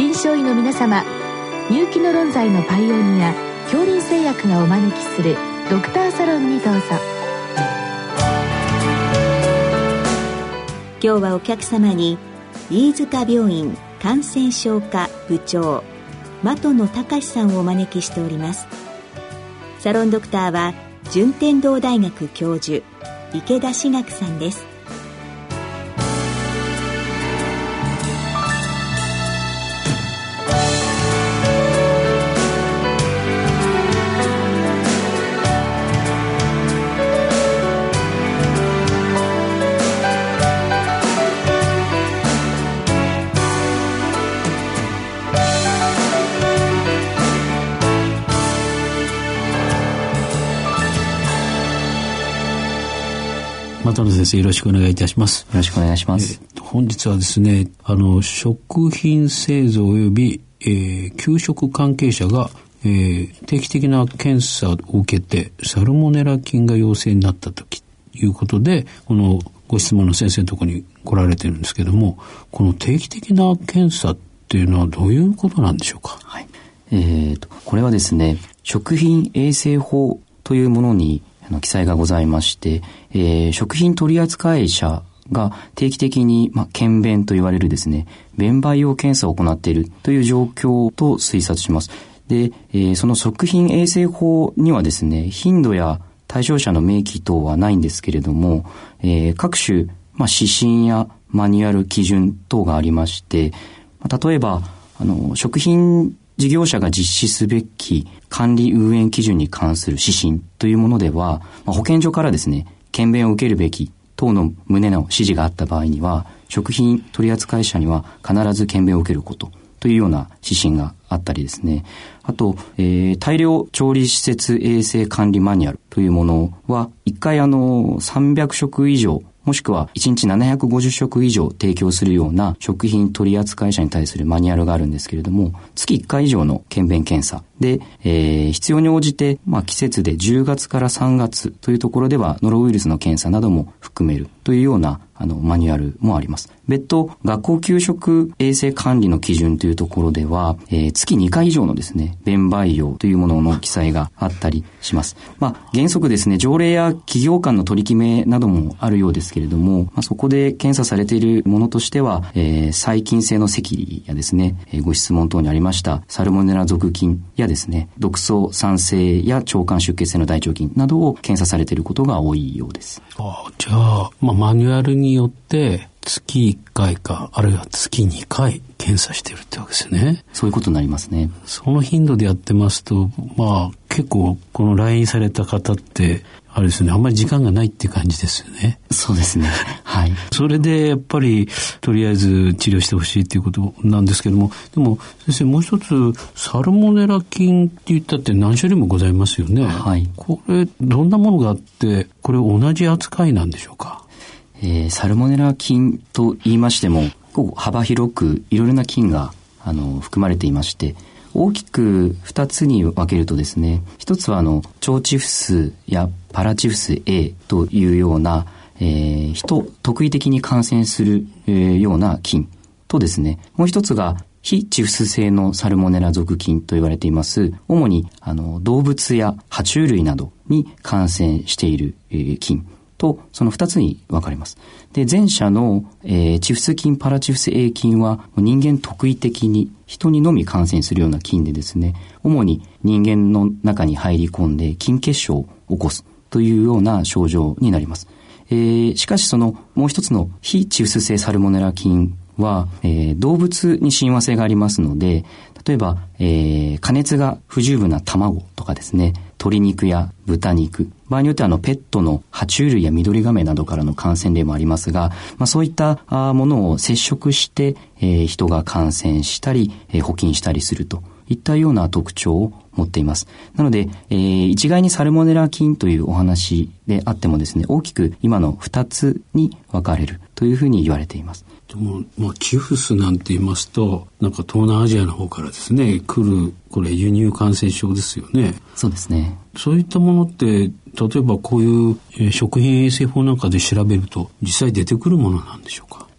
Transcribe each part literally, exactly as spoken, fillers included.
臨床医の皆様、入気の論剤のパイオニア恐林製薬がお招きするドクターサロンにどうぞ。 今日はお客様に飯塚病院感染症科部長的野隆さんをお招きしております。サロンドクターは順天堂大学教授池田志学さんです。 的野先生、よろしくお願いいたします。 よろしくお願いします。 えー、本日はですね、あの食品製造及び、えー、給食関係者が、えー、定期的な検査を受けてサルモネラ菌が陽性になったときということで、このご質問の先生のところに来られてるんですけども、この定期的な検査っていうのはどういうことなんでしょうか。 はい、えーと、これはですね、食品衛生法というものに記載がございまして、えー、食品取扱者が定期的に、まあ、検便と言われるですね、便培養検査を行っているという状況と推察します。で、えー、その食品衛生法にはですね、頻度や対象者の明記等はないんですけれども、えー、各種、まあ、指針やマニュアル基準等がありまして、まあ、例えばあの食品事業者が実施すべき管理運営基準に関する指針というものでは、まあ、保健所からですね、検便を受けるべき等の旨の指示があった場合には、食品取扱者には必ず検便を受けることというような指針があったりですね。あと、えー、大量調理施設衛生管理マニュアルというものは、一回あのさんびゃく食以上もしくはいちにちななひゃくごじゅっ食以上提供するような食品取扱者に対するマニュアルがあるんですけれども、月いっかい以上の検便検査で、えー、必要に応じて、まあ、季節でじゅうがつからさんがつというところではノロウイルスの検査なども含めるというようなあのマニュアルもあります。別途学校給食衛生管理の基準というところでは、えー、月にかい以上のですね、便培養というものの記載があったりします。まあ、原則ですね、条例や企業間の取り決めなどもあるようですけれども、まあ、そこで検査されているものとしては、えー、細菌性の赤痢やですね、えー、ご質問等にありましたサルモネラ属菌やですね、毒素酸性や腸管出血性の大腸菌などを検査されていることが多いようです。 ああ、じゃあ、まあ、マニュアルによって月いっかいかあるいは月にかい検査してるってわけですよね。 そういうことになりますね。 その頻度でやってますと、まあ結構この来院された方ってあれですね、あんまり時間がないっていう感じですよね。 そうですね。はい。 それでやっぱりとりあえず治療してほしいっていうことなんですけども、でも先生、もう一つサルモネラ菌って言ったって何種類もございますよね。 はい。 これどんなものがあって、これ同じ扱いなんでしょうか。 えー、サルモネラ菌と言いましても、幅広くいろいろな菌があの含まれていまして、大きく二つに分けるとですね、一つはあの腸チフスやパラチフス A というような、えー、人特異的に感染する、えー、ような菌とですね、もう一つが非チフス性のサルモネラ属菌と言われています。主にあの動物や爬虫類などに感染している、えー、菌と、その二つに分かれます。で、前者の、えー、チフス菌、パラチフス A 菌は人間特異的に人にのみ感染するような菌でですね、主に人間の中に入り込んで菌結晶を起こすというような症状になります。えー、しかしそのもう一つの非チフス性サルモネラ菌は、えー、動物に親和性がありますので、例えば、えー、加熱が不十分な卵とかですね、鶏肉や豚肉、場合によってはあのペットの爬虫類やミドリガメなどからの感染例もありますが、まあ、そういったあものを接触して、えー、人が感染したり、えー、保菌したりするといったような特徴を持っています。なので、えー、一概にサルモネラ菌というお話であってもですね、大きく今の二つに分かれるというふうに言われています。 でも、まあ、チフスなんて言いますと、なんか東南アジアの方からですね、来る、これ輸入感染症ですよね。 そうですね。 そういったものって、例えばこういう、えー、食品衛生法なんかで調べると、実際出てくるものなんでしょうか。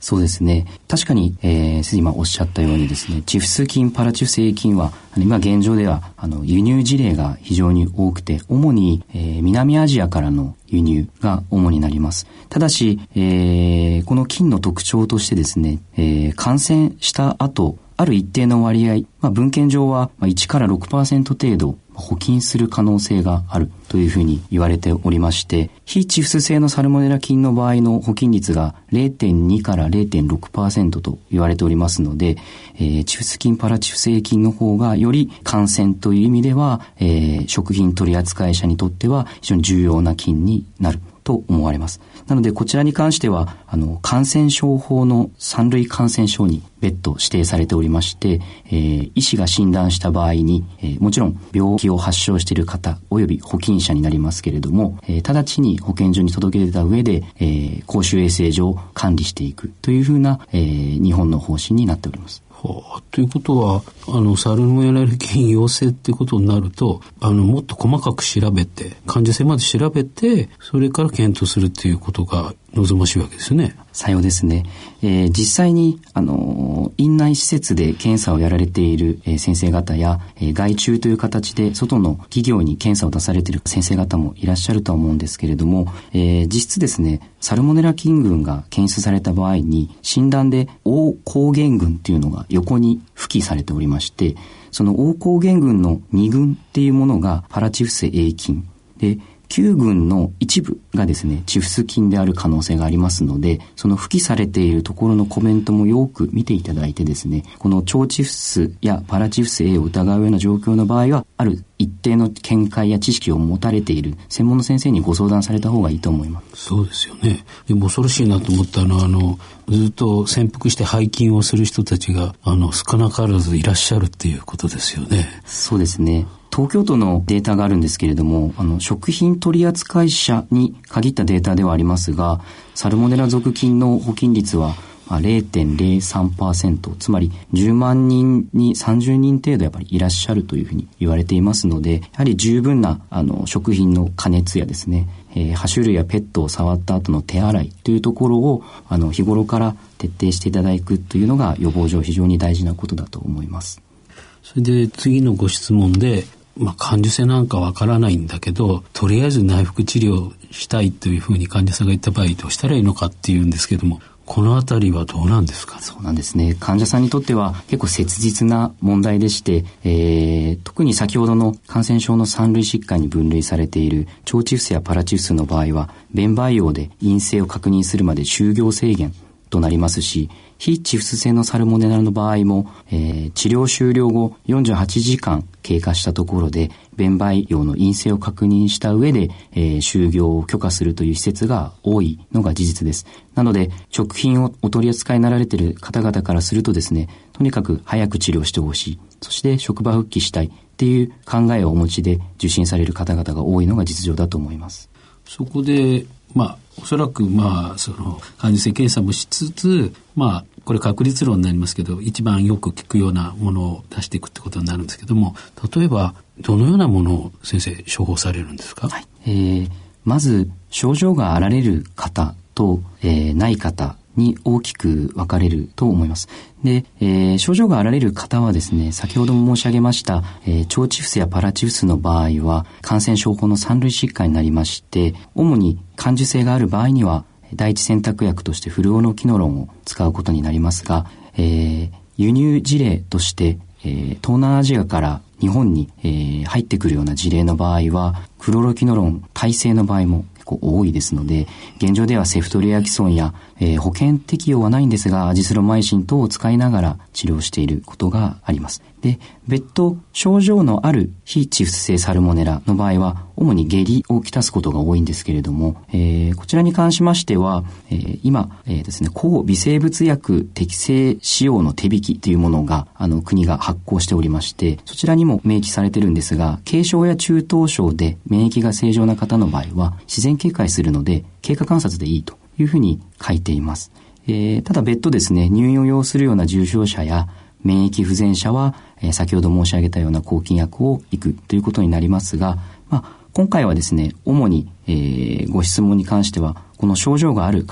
そうですね。確かに、えー、今おっしゃったようにですね、チフス菌、パラチフス A 菌は、今現状では、あの、輸入事例が非常に多くて、主に、えー、南アジアからの輸入が主になります。ただし、えー、この菌の特徴としてですね、えー、感染した後、ある一定の割合、まあ、文献上はいちからろくパーセント程度補菌する可能性があるというふうに言われておりまして、非チフス性のサルモネラ菌の場合の補菌率が れいてんに から れいてんろくパーセント と言われておりますので、えー、チフス菌、パラチフス A 菌の方がより感染という意味では、えー、食品取扱者にとっては非常に重要な菌になると思われます。なのでこちらに関してはあの感染症法の三類感染症に別途指定されておりまして、えー、医師が診断した場合に、えー、もちろん病気を発症している方及び保菌者になりますけれども、えー、直ちに保健所に届け出た上で、えー、公衆衛生上管理していくというふうな、えー、日本の方針になっております。 はあ、ということはあのサルモネラ菌陽性っていうことになるとあのもっと細かく調べて患者性まで調べてそれから検討するっていうことが望ましいわけですね。 さようですね。えー、実際にあの院内施設で検査をやられている、えー、先生方や、えー、外注という形で外の企業に検査を出されている先生方もいらっしゃるとは思うんですけれども、えー、実質ですねサルモネラ菌群が検出された場合に診断で O 抗原群っていうのが横に付記されておりまして、その O 抗原群のに群っていうものがパラチフス A 菌できゅう群の一部がですねチフス菌である可能性がありますので、その付記されているところのコメントもよく見ていただいてですね、この超チフスやパラチフス A を疑うような状況の場合はある一定の見解や知識を持たれている専門の先生にご相談された方がいいと思います。 そうですよね。でも恐ろしいなと思ったのはあのずっと潜伏して背筋をする人たちがあの少なからずいらっしゃるっていうことですよね。 そうですね。東京都のデータがあるんですけれども、あの食品取扱者に限ったデータではありますが、サルモネラ属菌の補菌率は れいてんれいさんパーセント、つまりじゅうまん人にさんじゅうにん程度やっぱりいらっしゃるというふうに言われていますので、やはり十分なあの食品の加熱やですね、えー、爬虫類やペットを触った後の手洗いというところをあの日頃から徹底していただくというのが予防上非常に大事なことだと思います。 それで次のご質問で、まあ、感受性なんかわからないんだけどとりあえず内服治療したいというふうに患者さんが言った場合どうしたらいいのかっていうんですけども、このあたりはどうなんですか？ そうなんですね。患者さんにとっては結構切実な問題でして、えー、特に先ほどの感染症の三類疾患に分類されている超チフスやパラチフスの場合は弁培養で陰性を確認するまで就業制限となりますし、非チフス性のサルモネラの場合も、えー、治療終了後よんじゅうはちじかん経過したところで弁培養の陰性を確認した上で、えー、就業を許可するという施設が多いのが事実です。なので食品をお取り扱いになられている方々からするとですね、とにかく早く治療してほしい、そして職場復帰したいっていう考えをお持ちで受診される方々が多いのが実情だと思います。 そこでまあおそらくまあその感受性検査もしつつ、まあこれ確率論になりますけど一番よく効くようなものを出していくってことになるんですけども、例えばどのようなものを先生処方されるんですか？ はい、えー、まず症状があられる方と、えー、ない方に大きく分かれると思います。で、えー、症状があられる方はですね、先ほども申し上げました、えー、超チフスやパラチフスの場合は感染症法の三類疾患になりまして、主に感受性がある場合には第一選択薬としてフルオノキノロンを使うことになりますが、えー、輸入事例として、えー、東南アジアから日本に、えー、入ってくるような事例の場合はクロロキノロン耐性の場合も結構多いですので、現状ではセフトリアキソンや、えー、保険適用はないんですがアジスロマイシン等を使いながら治療していることがあります。で、別途症状のある非チフス性サルモネラの場合は主に下痢をきたすことが多いんですけれども、えー、こちらに関しましては、えー、今、えーですね、抗微生物薬適正使用の手引きというものがあの国が発行しておりまして、そちらにも明記されているんですが、軽症や中等症で免疫が正常な方の場合は自然警戒するので経過観察でいいというふうに書いています。えー、ただ別途ですね、入院を要するような重症者や免疫不全者は、えー、先ほど申し上げたような抗菌薬をいくということになりますが、まあ、今回はですね、主に、えー、ご質問に関してはこの症状がある方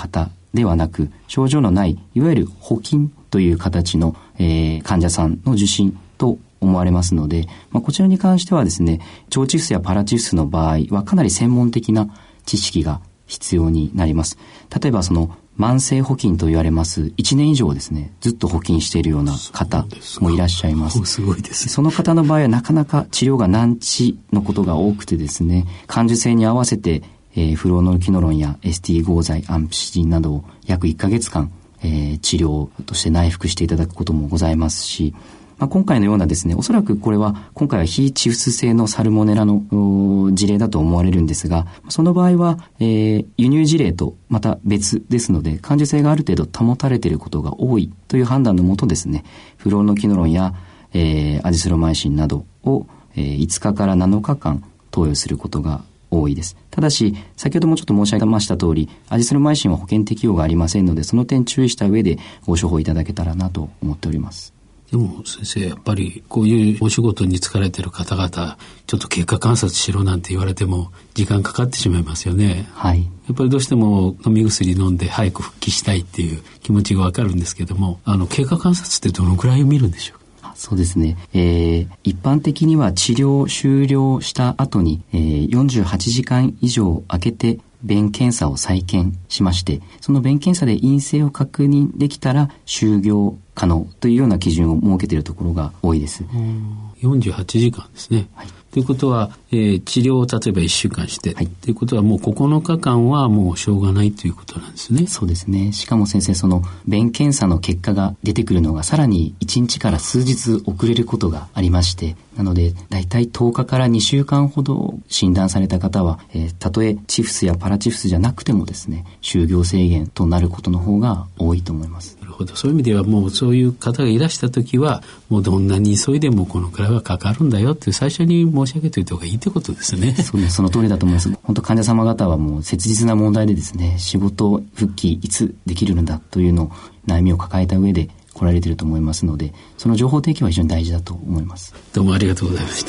ではなく、症状のないいわゆる補菌という形の、えー、患者さんの受診と思われますので、まあ、こちらに関してはですね、腸チフスやパラチフスの場合はかなり専門的な知識が必要になります。例えばその慢性補菌と言われますいちねん以上ですね、ずっと補菌しているような方もいらっしゃいます。 すごいです。 その方の場合はなかなか治療が難治のことが多くてですね、感受性に合わせて、えー、フローノルキノロンや エスティー 合剤、アンプシジンなどを約いっかげつかん、えー、治療として内服していただくこともございますし、まあ、今回のようなですね、おそらくこれは今回は非チフス性のサルモネラの事例だと思われるんですが、その場合は、えー、輸入事例とまた別ですので、感受性がある程度保たれていることが多いという判断のもとですね、フローノキノロンや、えー、アジスロマイシンなどを、えー、いつかからなのかかん投与することが多いです。ただし、先ほどもちょっと申し上げました通り、アジスロマイシンは保険適用がありませんので、その点注意した上でご処方いただけたらなと思っております。 でも先生、やっぱりこういうお仕事に疲れている方々、ちょっと経過観察しろなんて言われても時間かかってしまいますよね。 はい。 やっぱりどうしても飲み薬飲んで早く復帰したいっていう気持ちがわかるんですけども、あの経過観察ってどのくらい見るんでしょうか？ そうですね、えー、一般的には治療終了した後に、えー、よんじゅうはちじかん以上空けて便検査を再検しまして、その便検査で陰性を確認できたら就業可能というような基準を設けているところが多いです。 よんじゅうはちじかんですね。はい。ということは、えー、治療を例えばいっしゅうかんして、はい、ということはもうここのかかんはもうしょうがないということなんですね。 そうですね。しかも先生、その便検査の結果が出てくるのがさらにいちにちから数日遅れることがありまして、なのでだいたいとおかからにしゅうかんほど診断された方は、えー、たとえチフスやパラチフスじゃなくてもですね、就業制限となることの方が多いと思います。 なるほど。そういう意味ではもうそういう方がいらしたときは、もうどんなに急いでもこのくらいはかかるんだよって最初に申し上げておいた方がいいってことですね。 そうです。その通りだと思います。本当患者様方はもう切実な問題でですね、仕事復帰いつできるのだというのを悩みを抱えた上で来られていると思いますので、その情報提供は非常に大事だと思います。 どうもありがとうございました。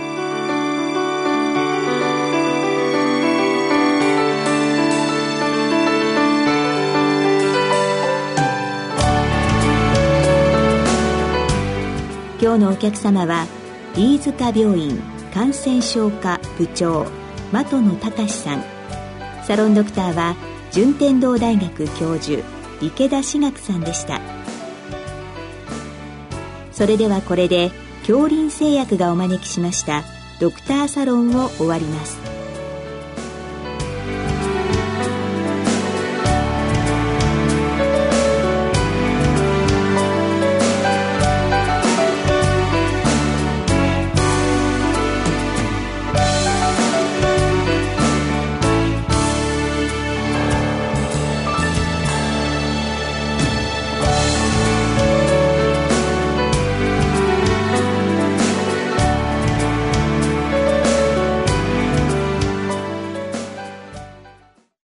今日のお客様は飯塚病院感染症科部長的野隆さん、サロンドクターは順天堂大学教授池田志学さんでした。それではこれで京林製薬がお招きしましたドクターサロンを終わります。